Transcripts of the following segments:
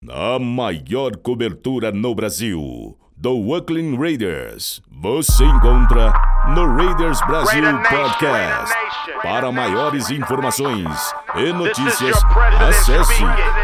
A maior cobertura no Brasil do Oakland Raiders você encontra no Raiders Brasil Podcast. Para maiores informações e notícias, acesse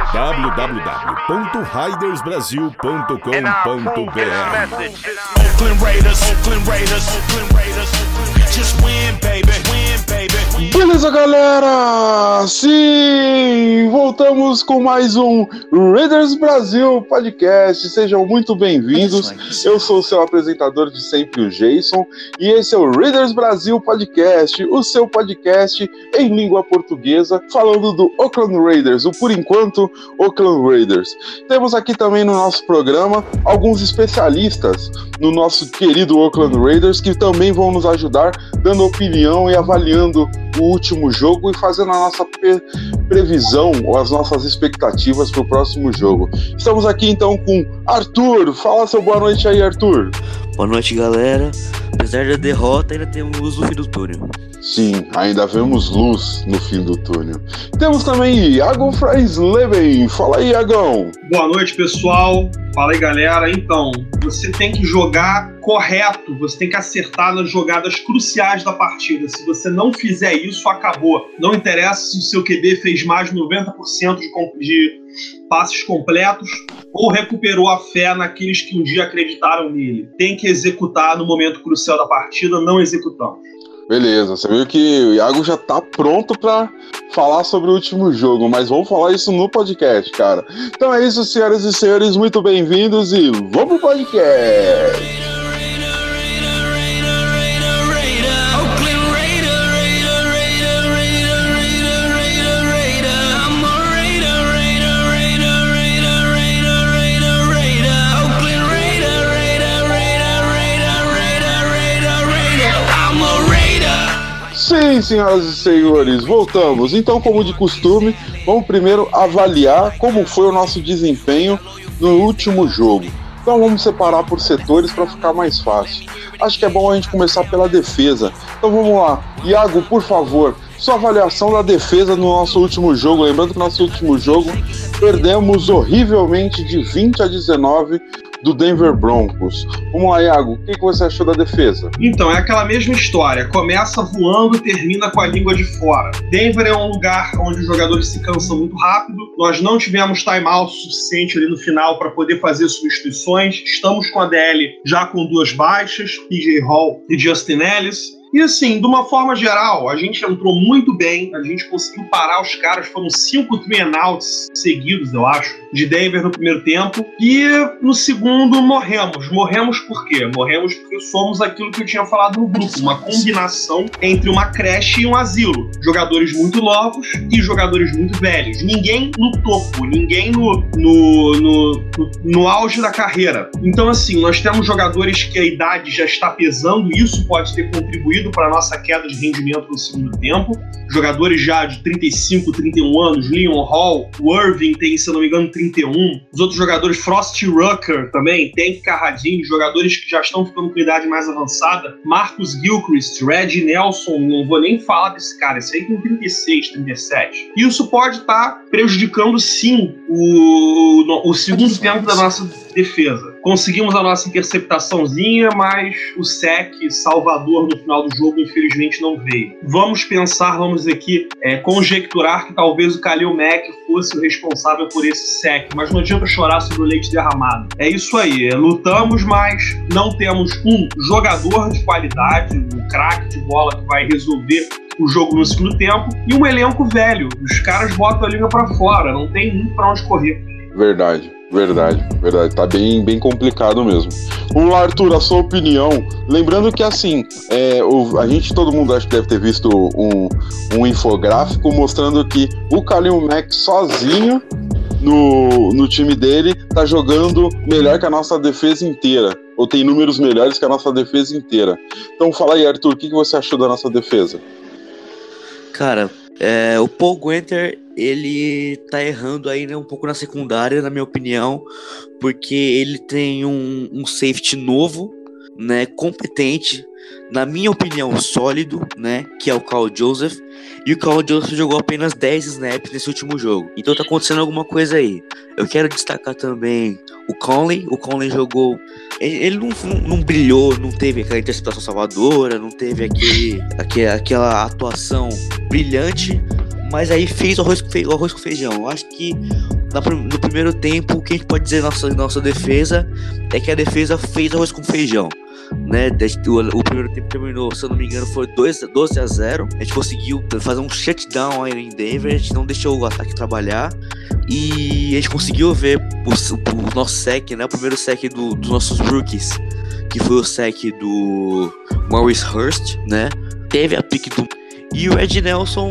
www.raidersbrasil.com.br. Oakland Raiders, Oakland Raiders, Oakland Raiders. Just win, baby, win, baby. Beleza, galera? Sim, voltamos com mais um Raiders Brasil Podcast. Sejam muito bem-vindos. Eu sou o seu apresentador de sempre, o Jason, e esse é o Raiders Brasil Podcast, o seu podcast em língua portuguesa, falando do Oakland Raiders, o por enquanto Oakland Raiders. Temos aqui também no nosso programa alguns especialistas no nosso querido Oakland Raiders que também vão nos ajudar dando opinião e avaliando o último jogo e fazendo a nossa previsão ou as nossas expectativas para o próximo jogo. Estamos aqui então com Arthur. Fala seu boa noite aí, Arthur. Boa noite, galera. Apesar da derrota, ainda temos luz no fim do túnel. Sim, ainda vemos luz no fim do túnel. Temos também Iago Freisleben. Fala aí, Iagão. Boa noite, pessoal. Fala aí, galera. Então, você tem que jogar correto, você tem que acertar nas jogadas cruciais da partida. Se você não fizer isso, acabou. Não interessa se o seu QB fez mais de 90% de passes completos ou recuperou a fé naqueles que um dia acreditaram nele. Tem que executar no momento crucial da partida, não executamos. Beleza, você viu que o Iago já tá pronto pra falar sobre o último jogo, mas vamos falar isso no podcast, cara. Então é isso, senhoras e senhores, muito bem-vindos e vamos pro podcast! Sim, senhoras e senhores, voltamos. Então, como de costume, vamos primeiro avaliar como foi o nosso desempenho no último jogo. Então vamos separar por setores para ficar mais fácil. Acho que é bom a gente começar pela defesa. Então vamos lá. Iago, por favor, sua avaliação da defesa no nosso último jogo. Lembrando que no nosso último jogo perdemos horrivelmente de 20-19 do Denver Broncos. Vamos lá, Iago, o que você achou da defesa? Então, é aquela mesma história. Começa voando, termina com a língua de fora. Denver é um lugar onde os jogadores se cansam muito rápido. Nós não tivemos timeout suficiente ali no final para poder fazer substituições. Estamos com a DL já com 2 baixas, PJ Hall e Justin Ellis. E assim, de uma forma geral, a gente entrou muito bem, a gente conseguiu parar os caras, foram 5 three-and-outs seguidos, eu acho, de Denver no primeiro tempo, e no segundo morremos. Morremos por quê? Morremos porque somos aquilo que eu tinha falado no grupo, uma combinação entre uma creche e um asilo. Jogadores muito novos e jogadores muito velhos. Ninguém no topo, ninguém no auge da carreira. Então assim, nós temos jogadores que a idade já está pesando, e isso pode ter contribuído para a nossa queda de rendimento no segundo tempo. Jogadores já de 35, 31 anos, Leon Hall, o Irving tem, se eu não me engano, 31. Os outros jogadores, Frosty Rucker também, Tank Carradine, jogadores que já estão ficando com idade mais avançada. Marcus Gilchrist, Reggie Nelson, não vou nem falar desse cara, esse aí tem 36, 37. E isso pode estar prejudicando, sim, o segundo tempo da nossa defesa. Conseguimos a nossa interceptaçãozinha, mas o sec salvador no final do jogo, infelizmente, não veio. Vamos pensar, vamos aqui conjecturar que talvez o Khalil Mack fosse o responsável por esse sec, mas não adianta chorar sobre o leite derramado. É isso aí, lutamos, mas não temos um jogador de qualidade, um craque de bola que vai resolver o jogo no segundo tempo, e um elenco velho. Os caras botam a língua pra fora, não tem muito pra onde correr. Verdade. Tá bem complicado mesmo. O Arthur, a sua opinião, lembrando que assim, todo mundo acho que deve ter visto um infográfico mostrando que o Khalil Mack sozinho no time dele tá jogando melhor que a nossa defesa inteira, ou tem números melhores que a nossa defesa inteira. Então fala aí, Arthur, o que você achou da nossa defesa? Cara, o Paul Guenther, ele tá errando aí, né, um pouco na secundária, na minha opinião, porque ele tem um safety novo, né, competente, na minha opinião, sólido, né? Que é o Carl Joseph. E o Carl Joseph jogou apenas 10 snaps nesse último jogo. Então tá acontecendo alguma coisa aí. Eu quero destacar também o Conley. O Conley jogou... Ele não brilhou, não teve aquela interceptação salvadora, não teve aquela atuação brilhante, mas aí fez o arroz com feijão. Eu acho que no primeiro tempo, o que a gente pode dizer na nossa defesa é que a defesa fez arroz com feijão, né? O primeiro tempo terminou, se eu não me engano, foi 12-0. A gente conseguiu fazer um shutdown aí em Denver, a gente não deixou o ataque trabalhar e a gente conseguiu ver o nosso sec, né? O primeiro sec dos nossos rookies, que foi o sec do Maurice Hurst, né? Teve a pick do... E o Ed Nelson,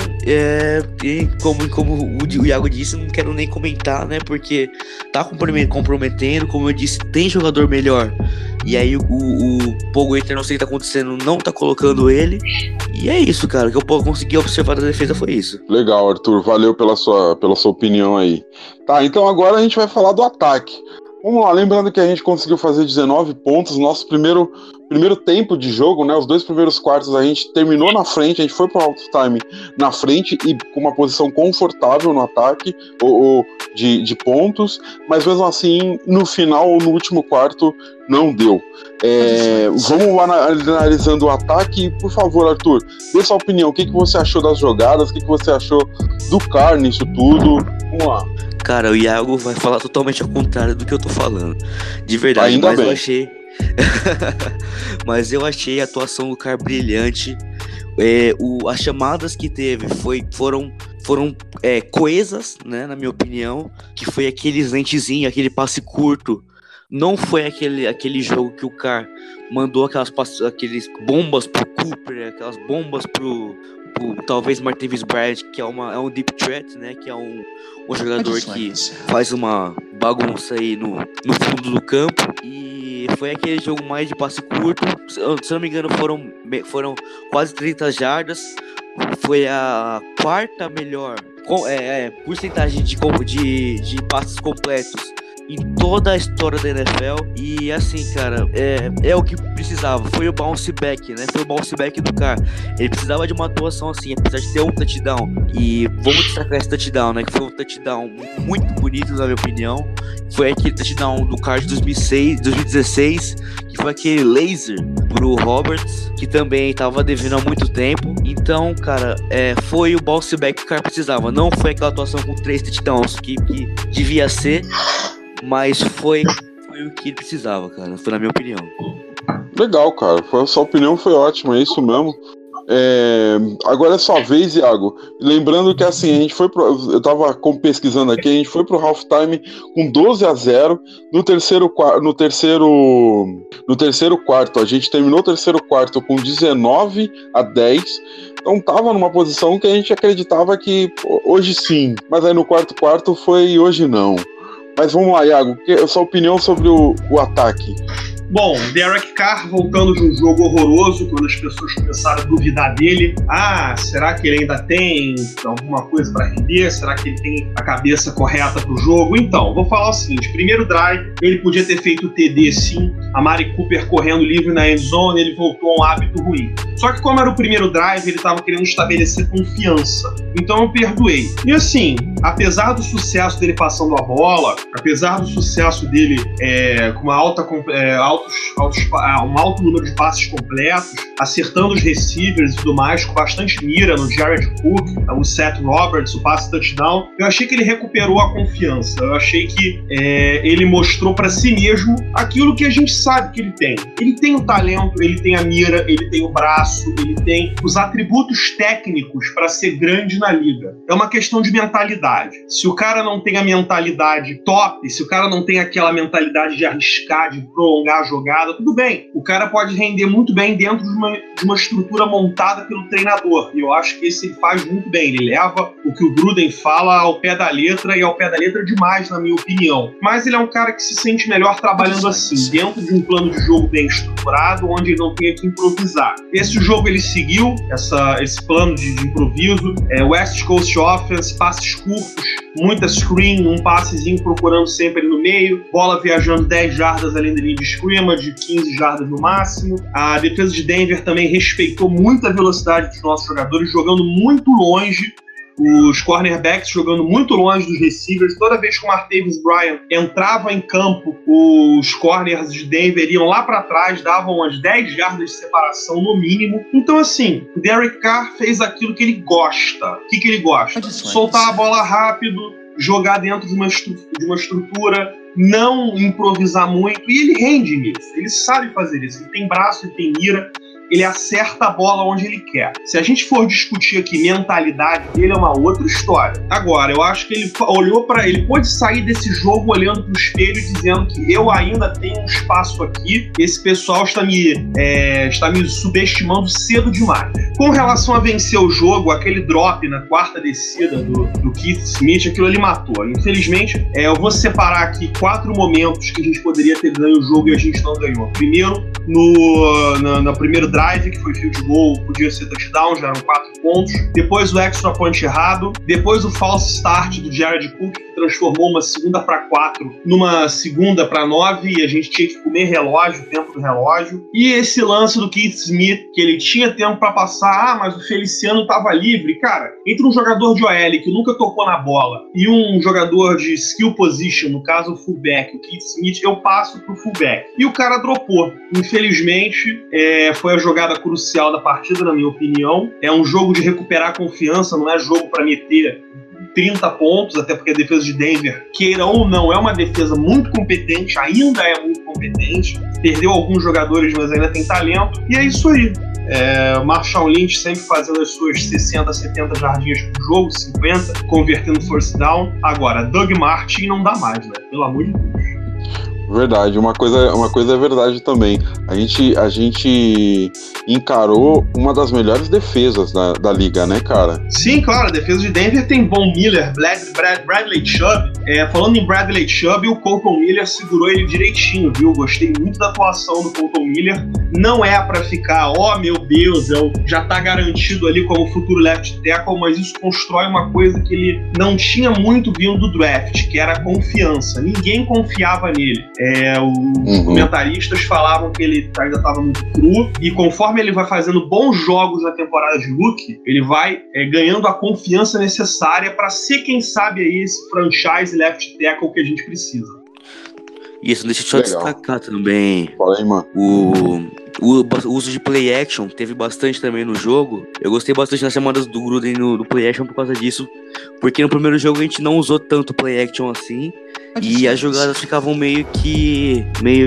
como o Iago disse, não quero nem comentar, né? Porque tá comprometendo, como eu disse, tem jogador melhor. E aí o Paul Guenther, não sei o que tá acontecendo, não tá colocando ele. E é isso, cara. O que eu consegui observar da defesa foi isso. Legal, Arthur. Valeu pela sua opinião aí. Tá, então agora a gente vai falar do ataque. Vamos lá, lembrando que a gente conseguiu fazer 19 pontos, nosso primeiro tempo de jogo, né? Os 2 primeiros quartos a gente terminou na frente, a gente foi para o halftime na frente e com uma posição confortável no ataque ou de pontos, mas mesmo assim, no final ou no último quarto, não deu. Vamos analisando o ataque. Por favor, Arthur, dê sua opinião. O que você achou das jogadas? O que você achou do Carr nisso tudo? Vamos lá. Cara, o Iago vai falar totalmente ao contrário do que eu tô falando. De verdade, ainda mas bem. Eu achei... Mas eu achei a atuação do Carr brilhante. As chamadas que teve foram coesas, né, na minha opinião. Que foi aquele slentezinho, aquele passe curto. Não foi aquele jogo que o Carr mandou aqueles bombas pro Cooper, aquelas bombas pro talvez Martavis Bryant, que é um deep threat, né? Que é um jogador que faz uma bagunça aí no fundo do campo. E foi aquele jogo mais de passe curto. Se eu não me engano, foram quase 30 jardas. Foi a quarta melhor porcentagem de passes completos em toda a história da NFL. E assim, cara, é o que precisava. Foi o bounce back, né? Foi o bounce back do Carr. Ele precisava de uma atuação assim, apesar de ter um touchdown. E vamos destacar esse touchdown, né? Que foi um touchdown muito bonito, na minha opinião. Foi aquele touchdown do Carr de 2016, que foi aquele laser pro Roberts, que também tava devendo há muito tempo. Então, cara, foi o bounce back que o Carr precisava. Não foi aquela atuação com 3 touchdowns que devia ser, mas foi o que ele precisava, cara. Foi na minha opinião. Legal, cara. A sua opinião foi ótima, é isso mesmo. Agora é sua vez, Iago. Lembrando que assim, a gente foi eu tava pesquisando aqui, a gente foi pro halftime com 12-0. No terceiro quarto, a gente terminou o terceiro quarto com 19-10. Então tava numa posição que a gente acreditava que hoje sim, mas aí no quarto quarto foi hoje não. Mas vamos lá, Iago, a sua opinião sobre o ataque? Bom, Derek Carr voltando de um jogo horroroso, quando as pessoas começaram a duvidar dele. Será que ele ainda tem alguma coisa para render? Será que ele tem a cabeça correta pro jogo? Então, vou falar o seguinte, primeiro drive, ele podia ter feito o TD sim, a Mari Cooper correndo livre na endzone, ele voltou a um hábito ruim. Só que como era o primeiro drive, ele estava querendo estabelecer confiança. Então eu perdoei. E assim, apesar do sucesso dele passando a bola, apesar do sucesso dele com uma um alto número de passes completos, acertando os receivers e tudo mais, com bastante mira no Jared Cook, o Seth Roberts, o passe touchdown, eu achei que ele recuperou a confiança. Eu achei que ele mostrou para si mesmo aquilo que a gente sabe que ele tem. Ele tem o talento, ele tem a mira, ele tem o braço, ele tem os atributos técnicos para ser grande na liga. É uma questão de mentalidade. Se o cara não tem a mentalidade top, se o cara não tem aquela mentalidade de arriscar, de prolongar a jogada, tudo bem. O cara pode render muito bem dentro de uma estrutura montada pelo treinador. E eu acho que esse ele faz muito bem. Ele leva o que o Gruden fala ao pé da letra, e ao pé da letra demais, na minha opinião. Mas ele é um cara que se sente melhor trabalhando assim, dentro de um plano de jogo bem estruturado, onde ele não tenha que improvisar. Esse jogo ele seguiu esse plano de improviso, West Coast Offense, passes curtos, muita screen, um passezinho procurando sempre ali no meio, bola viajando 10 jardas além da linha de scrimmage, 15 jardas no máximo. A defesa de Denver também respeitou muito a velocidade dos nossos jogadores, jogando muito longe, os cornerbacks jogando muito longe dos receivers. Toda vez que o Martavis Bryant entrava em campo, os corners de Denver iam lá para trás, davam umas 10 jardas de separação no mínimo. Então, assim, o Derek Carr fez aquilo que ele gosta. O que ele gosta? Soltar a bola rápido, jogar dentro de uma estrutura, não improvisar muito, e ele rende nisso, ele sabe fazer isso, ele tem braço, ele tem mira, ele acerta a bola onde ele quer. Se a gente for discutir aqui mentalidade dele, é uma outra história. Agora, eu acho que ele olhou para, ele pôde sair desse jogo olhando pro espelho e dizendo que eu ainda tenho um espaço aqui, esse pessoal está me subestimando cedo demais. Com relação a vencer o jogo, aquele drop na quarta descida do Keith Smith, aquilo ele matou. Infelizmente, eu vou separar aqui 4 momentos que a gente poderia ter ganho o jogo e a gente não ganhou. Primeiro, no primeiro drive, que foi field goal, podia ser touchdown, já eram 4 pontos. Depois o extra point errado. Depois o false start do Jared Cook, que transformou uma segunda para 4 numa segunda para 9, e a gente tinha que comer relógio, o tempo do relógio. E esse lance do Keith Smith, que ele tinha tempo para passar, mas o Feliciano estava livre. Cara, entre um jogador de OL que nunca tocou na bola e um jogador de skill position, no caso o fullback, o Keith Smith, eu passo pro fullback. E o cara dropou. Infelizmente, foi a jogada crucial da partida, na minha opinião. É um jogo de recuperar confiança, não é jogo para meter 30 pontos, até porque a defesa de Denver, queira ou não, é uma defesa muito competente, ainda é muito competente, perdeu alguns jogadores, mas ainda tem talento, e é isso aí. Marshall Lynch sempre fazendo as suas 60, 70 jardinhas por jogo, 50, convertendo first down. Agora, Doug Martin não dá mais, né? Pelo amor de Deus. Verdade, uma coisa é verdade também. A gente encarou uma das melhores defesas da liga, né, cara? Sim, claro, a defesa de Denver tem Von Miller, Bradley Chubb. Falando em Bradley Chubb, o Colton Miller segurou ele direitinho, viu? Gostei muito da atuação do Colton Miller. Não é pra ficar, meu Deus, já tá garantido ali como futuro left tackle, mas isso constrói uma coisa que ele não tinha muito vindo do draft, que era a confiança. Ninguém confiava nele. Os comentaristas falavam que ele ainda estava muito cru, e conforme ele vai fazendo bons jogos na temporada de rookie, ele vai ganhando a confiança necessária para ser, quem sabe, aí esse franchise left tackle que a gente precisa. Isso, deixa eu só destacar também. Fala aí, mano. O uso de play action teve bastante também no jogo. Eu gostei bastante das chamadas do Gruden no play action por causa disso, porque no primeiro jogo a gente não usou tanto play action assim, e as jogadas ficavam meio que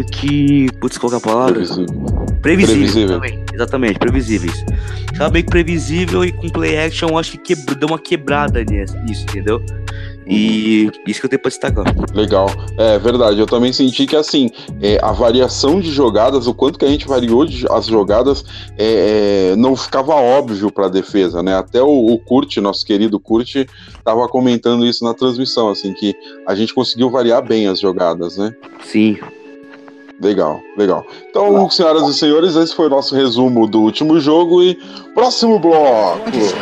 putz, qual que é a palavra? Previsível também, exatamente, previsíveis. Ficava meio que previsível, e com play action eu acho que deu uma quebrada nisso, entendeu? E isso que eu tenho pra destacar. Legal, é verdade, eu também senti que assim, a variação de jogadas, o quanto que a gente variou as jogadas, não ficava óbvio pra defesa, né? Até o Kurt, nosso querido Kurt, tava comentando isso na transmissão, assim, que a gente conseguiu variar bem as jogadas, né? Sim. Legal. Então, senhoras e senhores, esse foi o nosso resumo do último jogo, e próximo bloco.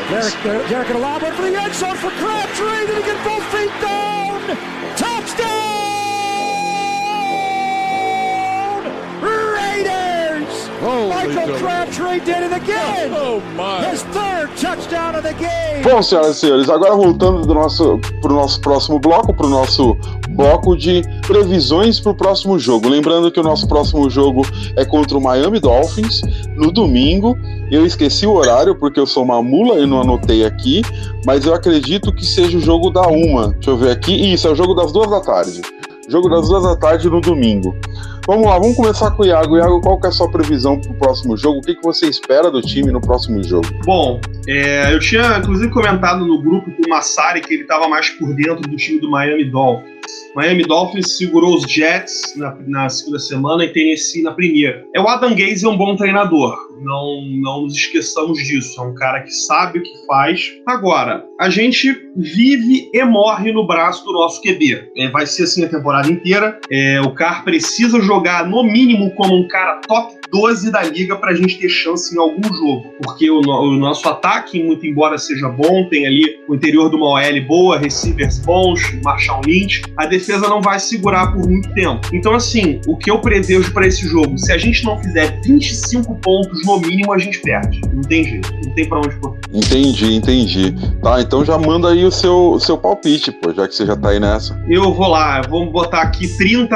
Michael Crabtree did it again. His third touchdown of the game. Bom, senhoras e senhores, agora voltando pro nosso próximo bloco, pro nosso bloco de previsões pro próximo jogo. Lembrando que o nosso próximo jogo é contra o Miami Dolphins no domingo. Eu esqueci o horário porque eu sou uma mula e não anotei aqui, mas eu acredito que seja o jogo da 1. Deixa eu ver aqui. Isso, é o jogo das 2 da tarde. Jogo das 2 da tarde no domingo. Vamos lá, vamos começar com o Iago. Iago, qual que é a sua previsão pro próximo jogo? O que você espera do time no próximo jogo? Bom, eu tinha inclusive comentado no grupo com o Massari que ele estava mais por dentro do time do Miami Dolphins. Miami Dolphins segurou os Jets na segunda semana e Tennessee na primeira. O Adam Gase é um bom treinador, não nos esqueçamos disso. É um cara que sabe o que faz. Agora, a gente vive e morre no braço do nosso QB. Vai ser assim a temporada inteira. O Carr precisa jogar no mínimo como um cara top 12 da liga pra gente ter chance em algum jogo. Porque o nosso ataque, muito embora seja bom, tem ali o interior de uma OL boa, receivers bons, Marshall Lynch, a defesa não vai segurar por muito tempo. Então, assim, o que eu prevejo pra esse jogo, se a gente não fizer 25 pontos no mínimo, a gente perde. Não tem jeito, não tem pra onde pôr. Entendi. Tá, então já manda aí o seu palpite, pô, já que você já tá aí nessa. Eu vou lá, vamos botar aqui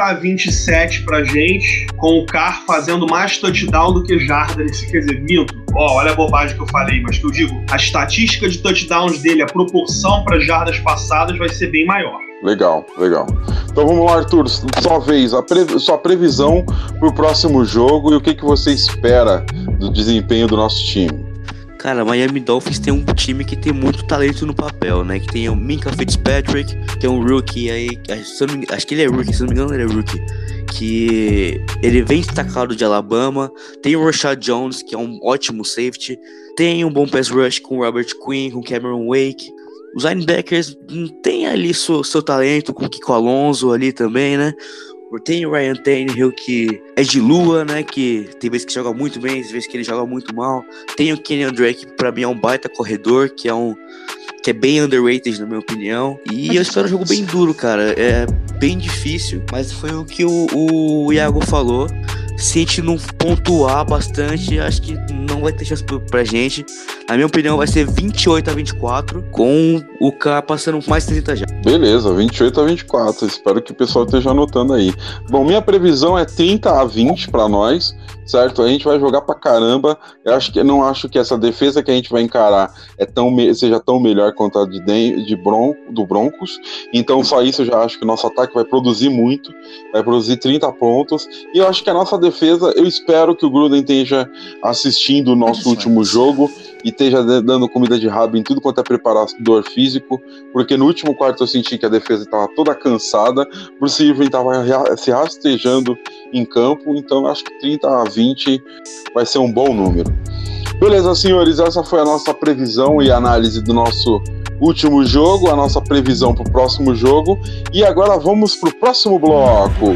30-27 pra gente, com o Carr fazendo mais touchdown do que jarda nesse, quer dizer, minto. Olha a bobagem que eu falei, mas que eu digo, a estatística de touchdowns dele, a proporção para jardas passadas vai ser bem maior. Legal. Então vamos lá, Arthur, sua vez, sua previsão pro próximo jogo e o que você espera do desempenho do nosso time. Cara, Miami Dolphins tem um time que tem muito talento no papel, né? Que tem o Minkah Fitzpatrick, que é um rookie aí, acho que ele é rookie, se não me engano ele é rookie, que ele vem destacado de Alabama. Tem o Rashad Jones, que é um ótimo safety. Tem um bom pass rush com Robert Quinn, com Cameron Wake. Os linebackers tem ali seu talento, com o Kiko Alonso ali também, né? Tem o Ryan Tannehill, que é de lua, né? Que tem vezes que joga muito bem, tem vezes que ele joga muito mal. Tem o Kenyan Drake, que pra mim é um baita corredor, que é bem underrated, na minha opinião. E eu espero um jogo bem duro, cara. É bem difícil, mas foi o que o Iago falou. Se a gente não pontuar bastante, acho que não vai ter chance pra gente. Na minha opinião, vai ser 28-24, com o Carr passando mais 30 já. Beleza, 28-24. Espero que o pessoal esteja anotando aí. Bom, minha previsão é 30-20 pra nós, certo? A gente vai jogar pra caramba. Eu não acho que essa defesa que a gente vai encarar seja tão melhor quanto a do Broncos. Então, só isso eu já acho que o nosso ataque vai produzir muito. Vai produzir 30 pontos. E eu acho que a nossa defesa, eu espero que o Gruden esteja assistindo o nosso último jogo e esteja dando comida de rabo em tudo quanto é preparador físico, porque no último quarto eu senti que a defesa estava toda cansada, Bruce Irvin estava se rastejando em campo, então acho que 30-20 vai ser um bom número. Beleza, senhores, essa foi a nossa previsão e análise do nosso último jogo, a nossa previsão para o próximo jogo, e agora vamos para o próximo bloco.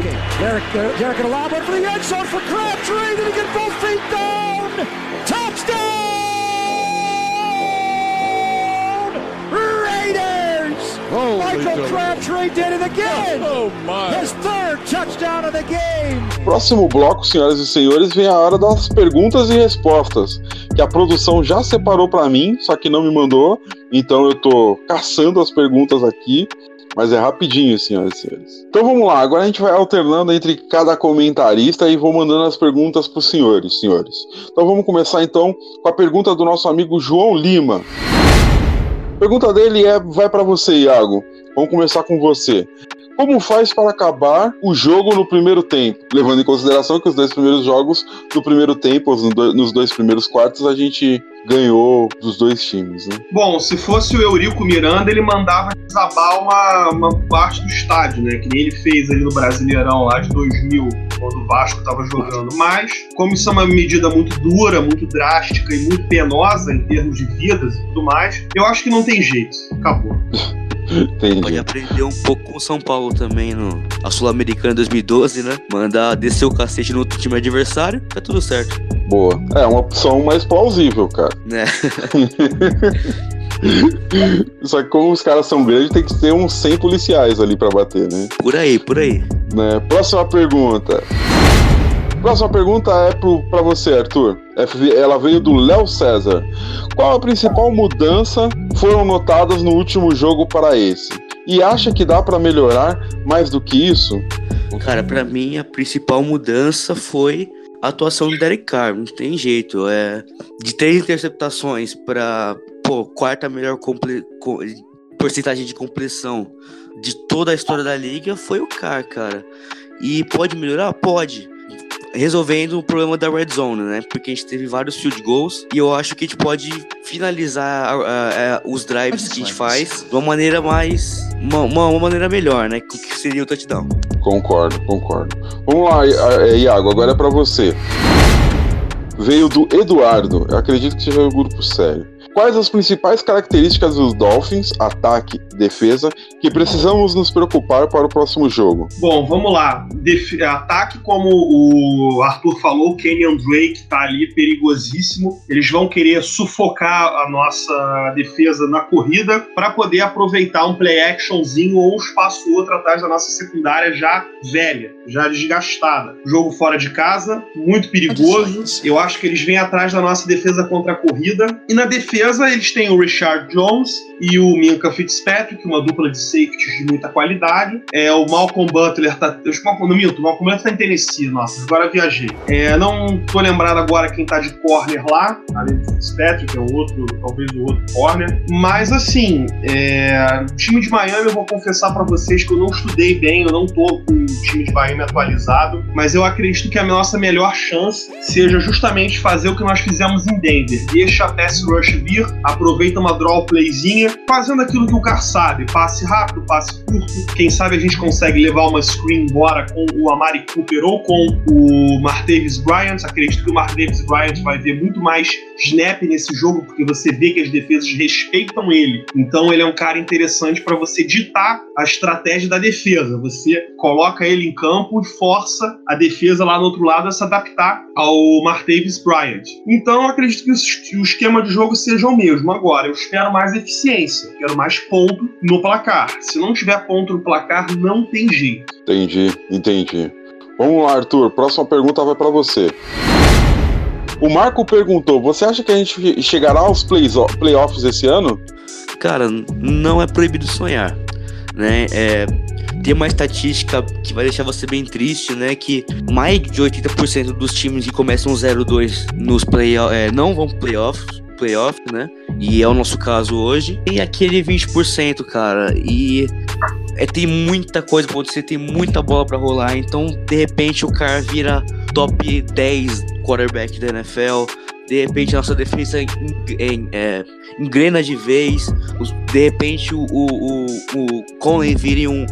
Michael Crabtree did it again! His third touchdown of the game! Próximo bloco, senhoras e senhores, vem a hora das perguntas e respostas, que a produção já separou para mim, só que não me mandou, então eu tô caçando as perguntas aqui, mas é rapidinho, senhoras e senhores. Então vamos lá, agora a gente vai alternando entre cada comentarista e vou mandando as perguntas pros senhores. Então vamos começar então com a pergunta do nosso amigo João Lima. A pergunta dele vai para você, Iago. Vamos começar com você. Como faz para acabar o jogo no primeiro tempo? Levando em consideração que os 2 primeiros jogos do primeiro tempo, nos 2 primeiros quartos, a gente ganhou dos 2 times, né? Bom, se fosse o Eurico Miranda, ele mandava desabar uma parte do estádio, né? Que nem ele fez ali no Brasileirão lá de 2000, quando o Vasco estava jogando. Mas, como isso é uma medida muito dura, muito drástica e muito penosa em termos de vidas e tudo mais, eu acho que não tem jeito. Acabou. Entendi. Pode aprender um pouco com o São Paulo também, a Sul-Americana 2012, né? Mandar descer o cacete no outro time adversário, tá tudo certo. Boa. É uma opção mais plausível, cara. Né? Só que como os caras são grandes, tem que ter uns 100 policiais ali pra bater, né? Por aí. Né? Próxima pergunta é pra você, Arthur. Ela veio do Léo César. Qual a principal mudança foram notadas no último jogo para esse? E acha que dá pra melhorar mais do que isso? Cara, pra mim a principal mudança foi a atuação do Derek Carr. Não tem jeito. De 3 interceptações pra quarta melhor porcentagem de compleção de toda a história da liga foi o Carr, cara. E pode melhorar? Pode. Resolvendo o problema da red zone, né? Porque a gente teve vários field goals e eu acho que a gente pode finalizar os drives que a gente faz de uma maneira uma maneira melhor, né? Que seria o touchdown. Concordo. Vamos lá, Iago, agora é pra você. Veio do Eduardo, eu acredito que seja o grupo sério. Quais as principais características dos Dolphins, ataque e defesa, que precisamos nos preocupar para o próximo jogo? Bom, vamos lá. Ataque, como o Arthur falou, o Kenyan Drake tá ali perigosíssimo. Eles vão querer sufocar a nossa defesa na corrida para poder aproveitar um play actionzinho ou um espaço ou outro atrás da nossa secundária já velha, já desgastada. Jogo fora de casa, muito perigoso. Eu acho que eles vêm atrás da nossa defesa contra a corrida. E na defesa eles têm o Richard Jones e o Minkah Fitzpatrick, uma dupla de safeties de muita qualidade. O Malcolm Butler tá... O Malcolm Butler tá em Tennessee, nossa, agora viajei. Não tô lembrado agora quem tá de corner lá, além do Fitzpatrick, que é o outro, talvez o outro corner. Mas assim, o time de Miami, eu vou confessar pra vocês que eu não estudei bem, eu não tô com o time de Miami atualizado, mas eu acredito que a nossa melhor chance seja justamente fazer o que nós fizemos em Denver. Deixa a pass rush vir, aproveita uma draw playzinha, fazendo aquilo que o Carr sabe, passe rápido, passe curto. Quem sabe a gente consegue levar uma screen embora com o Amari Cooper ou com o Martavis Bryant. Acredito que o Martavis Bryant vai ver muito mais snap nesse jogo, porque você vê que as defesas respeitam ele. Então ele é um cara interessante para você ditar a estratégia da defesa. Você coloca ele em campo e força a defesa lá no outro lado a se adaptar ao Martavis Bryant. Então eu acredito que o esquema de jogo seja o mesmo. Agora, eu espero mais eficiência, quero mais ponto no placar. Se não tiver ponto no placar, não tem jeito. Entendi. Vamos lá, Arthur. Próxima pergunta vai para você. O Marco perguntou, você acha que a gente chegará aos playoffs esse ano? Cara, não é proibido sonhar, né? Tem uma estatística que vai deixar você bem triste, né? Que mais de 80% dos times que começam 0-2 nos playoffs não vão playoff, né? E é o nosso caso hoje. E aquele 20%, cara, e tem muita coisa pra acontecer, tem muita bola pra rolar. Então, de repente, o cara vira top 10 quarterback da NFL. De repente, a nossa defesa engrena de vez. De repente, o Conley vire um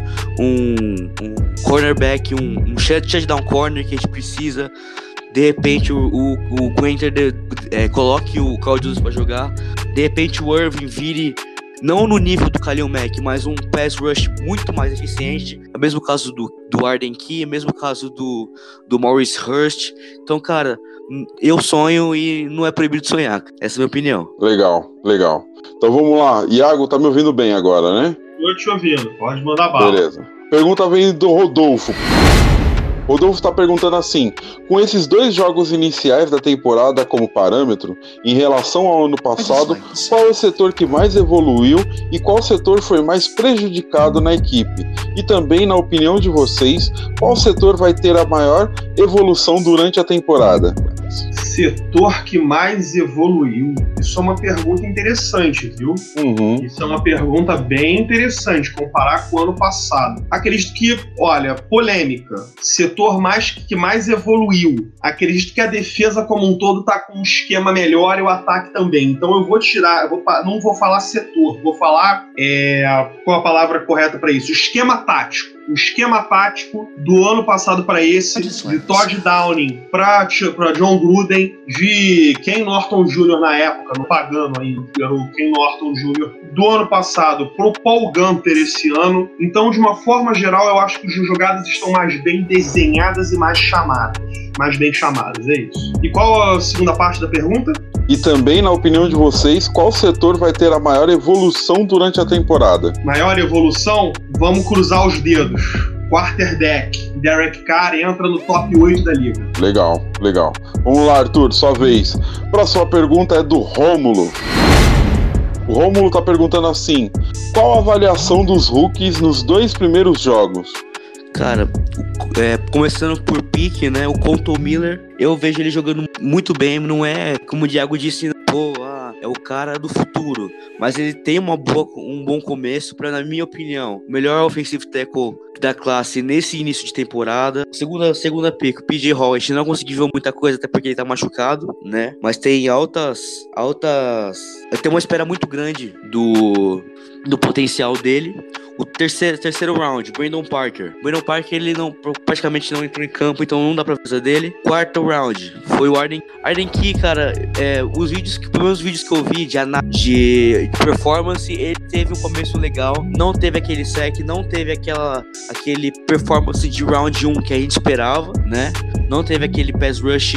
cornerback, um shutdown corner que a gente precisa. De repente o Quenter coloque o Carl Julius pra jogar. De repente o Irving vire, não no nível do Khalil Mack, mas um pass rush muito mais eficiente. É o mesmo caso do Arden Key, é o mesmo caso do Maurice Hurst. Então, cara, eu sonho e não é proibido sonhar. Essa é a minha opinião. Legal. Então vamos lá. Iago, tá me ouvindo bem agora, né? Tô te ouvindo, pode mandar bala. Beleza. Pergunta vem do Rodolfo. Rodolfo está perguntando assim, com esses 2 jogos iniciais da temporada como parâmetro, em relação ao ano passado, qual é o setor que mais evoluiu e qual setor foi mais prejudicado na equipe? E também, na opinião de vocês, qual setor vai ter a maior evolução durante a temporada? Setor que mais evoluiu? Isso é uma pergunta interessante, viu? Isso é uma pergunta bem interessante, comparar com o ano passado. Acredito que, polêmica, setor que mais evoluiu. Acredito que a defesa como um todo tá com um esquema melhor e o ataque também. Então eu vou tirar, não vou falar setor, vou falar qual a palavra correta para isso? Esquema tático. O esquema tático do ano passado para esse, de Todd Downing para John Gruden, de Ken Norton Jr. na época, no Pagano ainda, era o Ken Norton Jr. do ano passado pro Paul Guenther esse ano. Então, de uma forma geral, eu acho que as jogadas estão mais bem desenhadas e mais chamadas. Mais bem chamadas, é isso. E qual a segunda parte da pergunta? E também, na opinião de vocês, qual setor vai ter a maior evolução durante a temporada? Maior evolução? Vamos cruzar os dedos. Quarterback, Derek Carr entra no top 8 da liga. Legal. Vamos lá, Arthur, sua vez. Próxima pergunta é do Rômulo. O Rômulo tá perguntando assim, qual a avaliação dos rookies nos 2 primeiros jogos? Cara, começando por pique, né? O Colton Miller, eu vejo ele jogando muito bem. Não é, como o Diago disse, é o cara do futuro. Mas ele tem um bom começo para, na minha opinião, o melhor offensive tackle da classe nesse início de temporada. Segunda pick, o PJ Hall, a gente não conseguiu ver muita coisa, até porque ele tá machucado, né? Mas tem altas... Tem uma espera muito grande do potencial dele. O terceiro round, Brandon Parker. Brandon Parker, ele praticamente não entrou em campo, então não dá pra fazer dele. Quarto round, foi o Arden Key, cara. Os primeiros vídeos que eu vi de performance, ele teve um começo legal. Não teve aquele sec, não teve aquele performance de round 1 que a gente esperava, né? Não teve aquele pass rush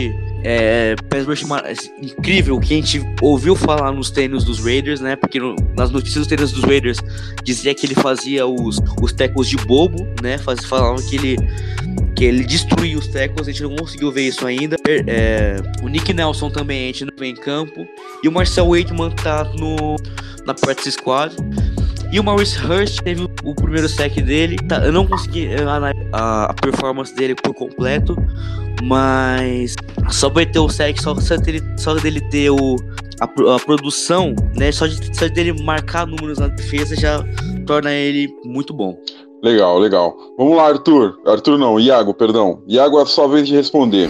incrível que a gente ouviu falar nos treinos dos Raiders, né? Porque nas notícias dos treinos dos Raiders dizia que ele fazia os tackles de bobo, né? Falavam que ele destruía os tackles. A gente não conseguiu ver isso ainda. O Nick Nelson também a gente não vê em campo. E o Marcel Wakeman tá na practice squad. E o Maurice Hurst teve o primeiro sack dele. Eu não consegui a performance dele por completo, mas só por ele ter o sack, só dele ter a produção, né? Só dele marcar números na defesa já torna ele muito bom. Legal. Vamos lá, Iago, perdão. Iago, é a sua vez de responder.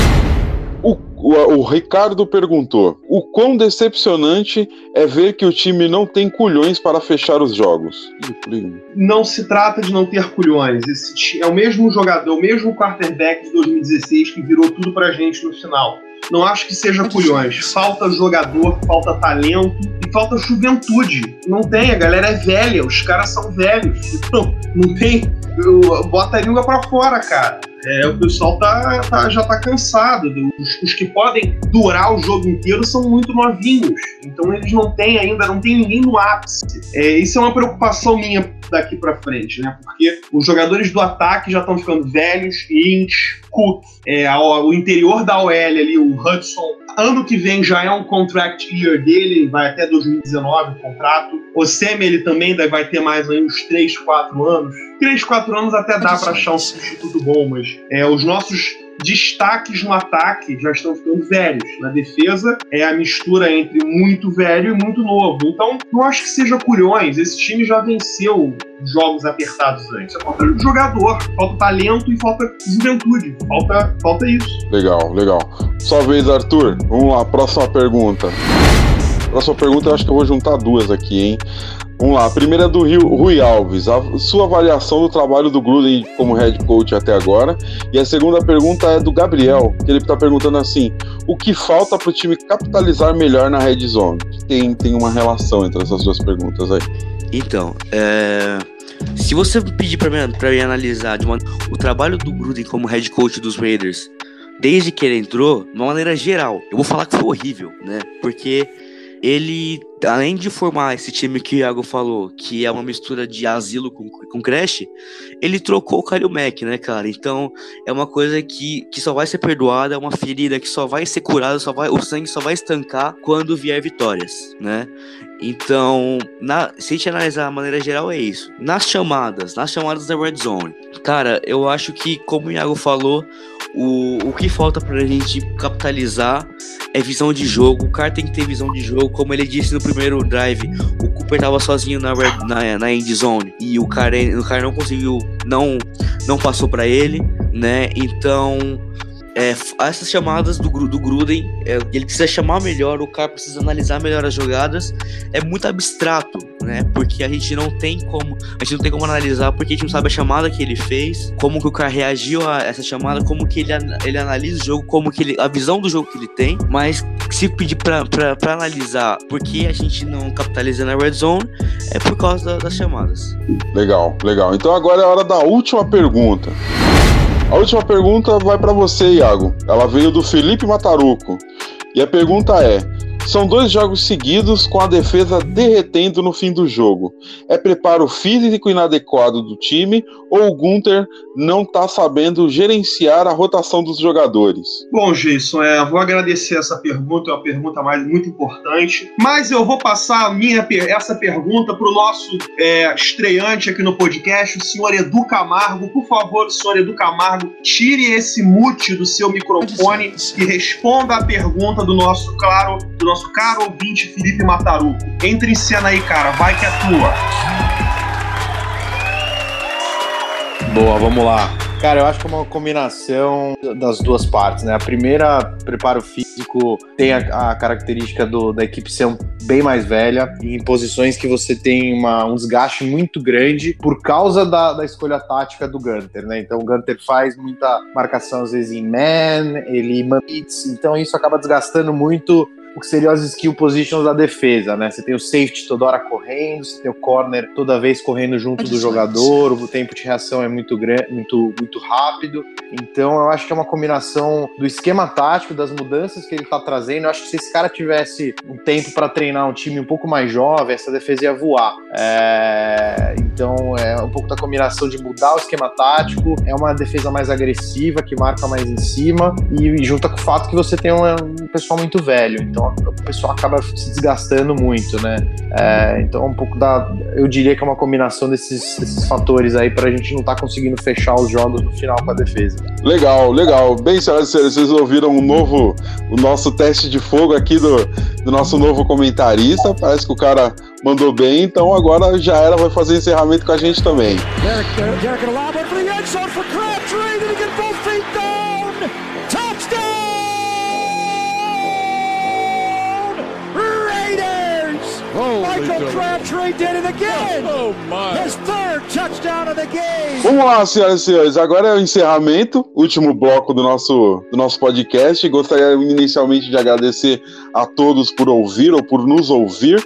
O Ricardo perguntou: o quão decepcionante é ver que o time não tem culhões para fechar os jogos? Não se trata de não ter culhões. É o mesmo jogador, o mesmo quarterback de 2016 que virou tudo pra gente no final. Não acho que seja culhões. Falta jogador, falta talento e falta juventude. Não tem, a galera é velha, os caras são velhos. Então, não tem. Bota a língua pra fora, cara. O pessoal já tá cansado. Os que podem durar o jogo inteiro são muito novinhos. Então eles não tem ninguém no ápice. Isso é uma preocupação minha daqui pra frente, né? Porque os jogadores do ataque já estão ficando velhos. Lynch, Cook, o interior da OL ali, o Hudson, ano que vem já é um contract year dele, vai até 2019 o contrato. O Sam, ele também vai ter mais aí uns 3, 4 anos. 3, 4 anos até dá pra achar um substituto bom, mas os nossos destaques no ataque já estão ficando velhos. Na defesa é a mistura entre muito velho e muito novo. Então, não acho que seja culhões. Esse time já venceu jogos apertados antes. Falta jogador, falta talento e falta juventude. Falta isso. Legal. Sua vez, Arthur. Vamos lá, próxima pergunta. Próxima pergunta, eu acho que eu vou juntar duas aqui, hein? Vamos lá, a primeira é do Rui Alves, a sua avaliação do trabalho do Gruden como head coach até agora. E a segunda pergunta é do Gabriel, que ele está perguntando assim: o que falta para o time capitalizar melhor na red zone? Tem uma relação entre essas duas perguntas aí. Então, se você pedir para mim analisar o trabalho do Gruden como head coach dos Raiders desde que ele entrou, de uma maneira geral, eu vou falar que foi horrível, né? Porque ele, além de formar esse time que o Iago falou, que é uma mistura de asilo com creche, ele trocou o Khalil Mack, né, cara? Então, é uma coisa que só vai ser perdoada, é uma ferida que só vai ser curada, o sangue só vai estancar quando vier vitórias, né? Então, se a gente analisar a maneira geral, é isso. Nas chamadas da Red Zone, cara, eu acho que, como o Iago falou, o que falta pra gente capitalizar é visão de jogo. O cara tem que ter visão de jogo. Como ele disse no primeiro drive, o Cooper tava sozinho na end zone e o cara não conseguiu, não passou pra ele, né? Então, essas chamadas do Gruden, ele precisa chamar melhor, o cara precisa analisar melhor as jogadas. É muito abstrato, né? Porque a gente não tem como analisar, porque a gente não sabe a chamada que ele fez, como que o cara reagiu a essa chamada, como que ele analisa o jogo, a visão do jogo que ele tem. Mas se pedir pra analisar por que a gente não capitaliza na red zone, é por causa das chamadas. Legal. Então agora é a hora da última pergunta. A última pergunta vai para você, Iago. Ela veio do Felipe Mataruco. E a pergunta é: são 2 jogos seguidos com a defesa derretendo no fim do jogo. É preparo físico inadequado do time ou o Gunter não está sabendo gerenciar a rotação dos jogadores? Bom, Jason, vou agradecer essa pergunta, é uma pergunta muito importante, mas eu vou passar essa pergunta para o nosso estreante aqui no podcast, o senhor Edu Camargo. Por favor, senhor Edu Camargo, tire esse mute do seu microfone e responda a pergunta do nosso caro ouvinte Felipe Mataruco. Entre em cena aí, cara, vai que é tua. Boa, vamos lá. Cara, eu acho que é uma combinação das duas partes, né? A primeira, preparo físico, tem a característica da equipe ser bem mais velha, e em posições que você tem um desgaste muito grande por causa da escolha tática do Gunter, né? Então o Gunter faz muita marcação, às vezes, em man, ele blitz, então isso acaba desgastando muito o que seriam as skill positions da defesa, né? Você tem o safety toda hora correndo, você tem o corner toda vez correndo junto do jogador, o tempo de reação é muito grande, muito rápido. Então eu acho que é uma combinação do esquema tático, das mudanças que ele tá trazendo. Eu acho que se esse cara tivesse um tempo para treinar um time um pouco mais jovem, essa defesa ia voar. Então é um pouco da combinação de mudar o esquema tático, é uma defesa mais agressiva, que marca mais em cima, e junta com o fato que você tem um pessoal muito velho. Então o pessoal acaba se desgastando muito, né? Então um pouco eu diria que é uma combinação desses fatores aí pra gente não estar conseguindo fechar os jogos no final com a defesa. Legal. Bem, senhoras e senhores, vocês ouviram o nosso teste de fogo aqui do nosso novo comentarista. Parece que o cara mandou bem, então agora já era, vai fazer encerramento com a gente também. Derek Alaba for the end zone for Crabtree, did he get both feet down? Touchdown! Michael Crabtree did it again! Oh my! His third touchdown of the game! Vamos lá, senhoras e senhores, agora é o encerramento, último bloco do nosso podcast. Gostaria inicialmente de agradecer a todos por ouvir ou por nos ouvir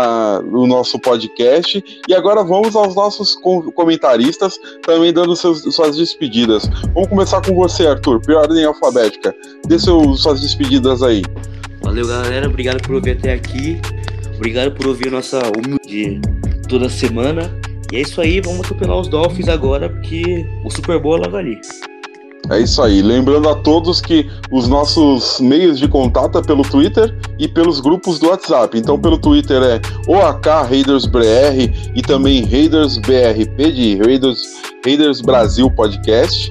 no nosso podcast. E agora vamos aos nossos comentaristas, também dando suas despedidas. Vamos começar com você, Arthur, por ordem alfabética. Dê suas despedidas aí. Valeu, galera, obrigado por ouvir até aqui. Obrigado por ouvir nossa humilde toda semana. E é isso aí, vamos atropelar os Dolphins agora, porque o Super Bowl é logo ali. É isso aí, lembrando a todos que os nossos meios de contato é pelo Twitter e pelos grupos do WhatsApp. Então pelo Twitter é OAK RaidersBR e também RaidersBRP de Raiders Brasil Podcast.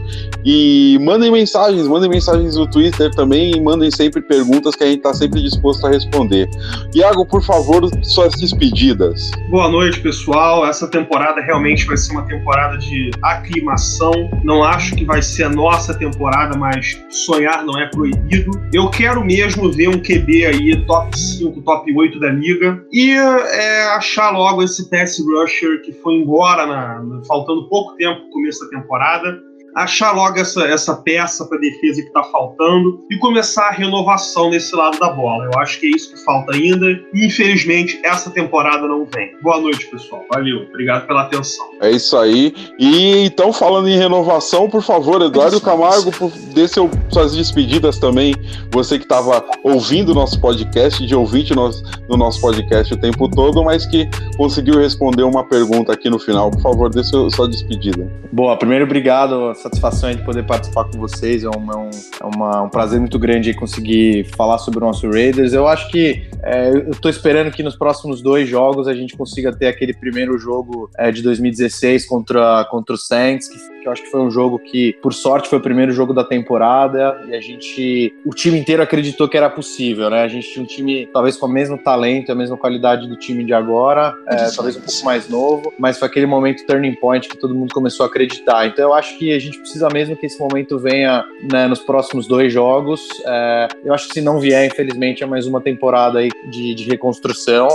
E mandem mensagens no Twitter também, e mandem sempre perguntas que a gente está sempre disposto a responder. Iago, por favor, suas despedidas. Boa noite, pessoal. Essa temporada realmente vai ser uma temporada de aclimação. Não acho que vai ser a nossa temporada, mas sonhar não é proibido. Eu quero mesmo ver um QB aí top 5, top 8 da liga e achar logo esse pass rusher que foi embora faltando pouco tempo pro começo da temporada. Achar logo essa peça para defesa que está faltando e começar a renovação nesse lado da bola. Eu acho que é isso que falta ainda e, infelizmente, essa temporada não vem. Boa noite, pessoal. Valeu. Obrigado pela atenção. É isso aí. E então, falando em renovação, por favor, Eduardo Camargo, dê suas despedidas também. Você que estava ouvindo o nosso podcast, de ouvinte no nosso podcast o tempo todo, mas que conseguiu responder uma pergunta aqui no final. Por favor, dê sua despedida. Boa, primeiro, obrigado. Satisfação de poder participar com vocês, é um prazer muito grande conseguir falar sobre o nosso Raiders. Eu acho que eu tô esperando que nos próximos 2 jogos a gente consiga ter aquele primeiro jogo de 2016 contra o Saints, que eu acho que foi um jogo que, por sorte, foi o primeiro jogo da temporada e o time inteiro acreditou que era possível, né? A gente tinha um time talvez com o mesmo talento, a mesma qualidade do time de agora, talvez um pouco mais novo, mas foi aquele momento turning point que todo mundo começou a acreditar. Então eu acho que a gente precisa mesmo que esse momento venha, né, nos próximos 2 jogos. Eu acho que se não vier, infelizmente, é mais uma temporada aí de reconstrução,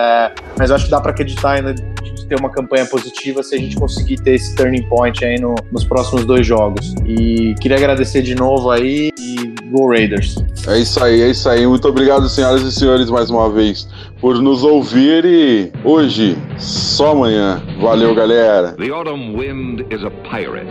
mas eu acho que dá para acreditar ainda de ter uma campanha positiva se a gente conseguir ter esse turning point aí nos próximos 2 jogos. E queria agradecer de novo aí e Go Raiders! É isso aí. Muito obrigado, senhoras e senhores, mais uma vez por nos ouvir, e hoje, só amanhã. Valeu, galera! The autumn wind is a pirate,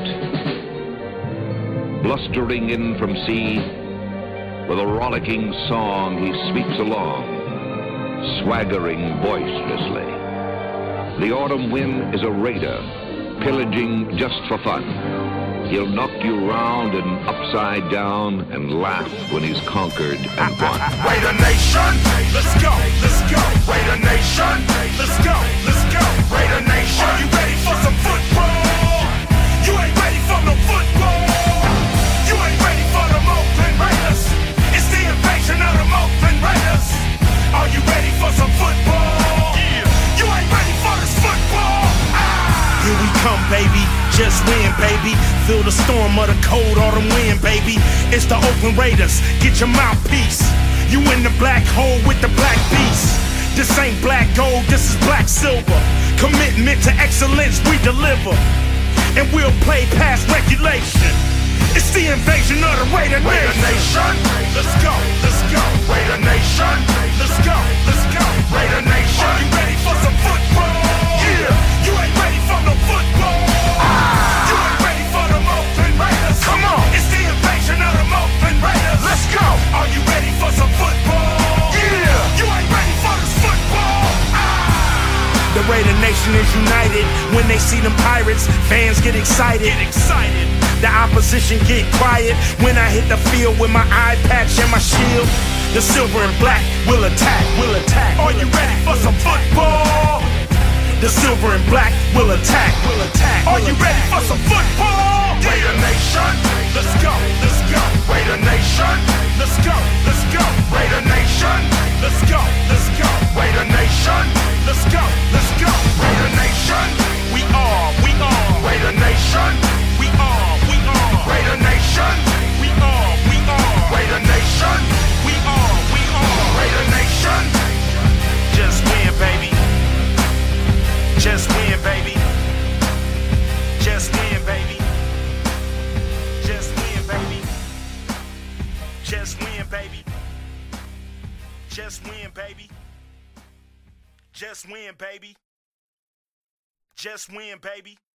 blustering in from sea, with a rollicking song he sweeps along, swaggering boisterously. The autumn wind is a raider, pillaging just for fun. He'll knock you round and upside down and laugh when he's conquered and won. Raider Nation, let's go, Raider Nation, let's go, Raider Nation. Are you ready for some football? You ain't ready for no football. You ain't ready for the Oakland Raiders. It's the invasion of the Oakland Raiders. Are you ready for some football? Yeah. You ain't ready for this football. Here we come, baby. Just win, baby. Feel the storm cold autumn wind, baby. It's the Oakland Raiders, get your mouthpiece. You in the black hole with the black beast. This ain't black gold, this is black silver. Commitment to excellence, we deliver. And we'll play past regulation. It's the invasion of the Raider Nation. Let's go, let's go. Raider Nation. Let's go, let's go. Raider Nation. Are you ready for some football? Yeah. You ain't ready for no football. You ain't ready for the Oakland Raiders. Come on. It's the invasion of the Oakland Raiders. Let's go. Are you ready for some football? Yeah. You ain't ready for this football. The Raider Nation is united. When they see them Pirates, fans get excited. The opposition get quiet when I hit the field with my eye patch and my shield. The silver and black will attack, will attack. Are you ready for some football? The silver and black will attack, will attack. Are you ready for some football? Raider Nation, let's go, let's go. Raider Nation, let's go, let's go. Raider Nation, let's go, let's go. Raider Nation, let's go, let's go. Raider Nation, we are Raider Nation, we are. Raider Nation, we are. Raider Nation, we are. Raider Nation, just win, baby. Just win, baby. Just win, baby. Just win, baby. Just win, baby. Just win, baby. Just win, baby. Just win, baby.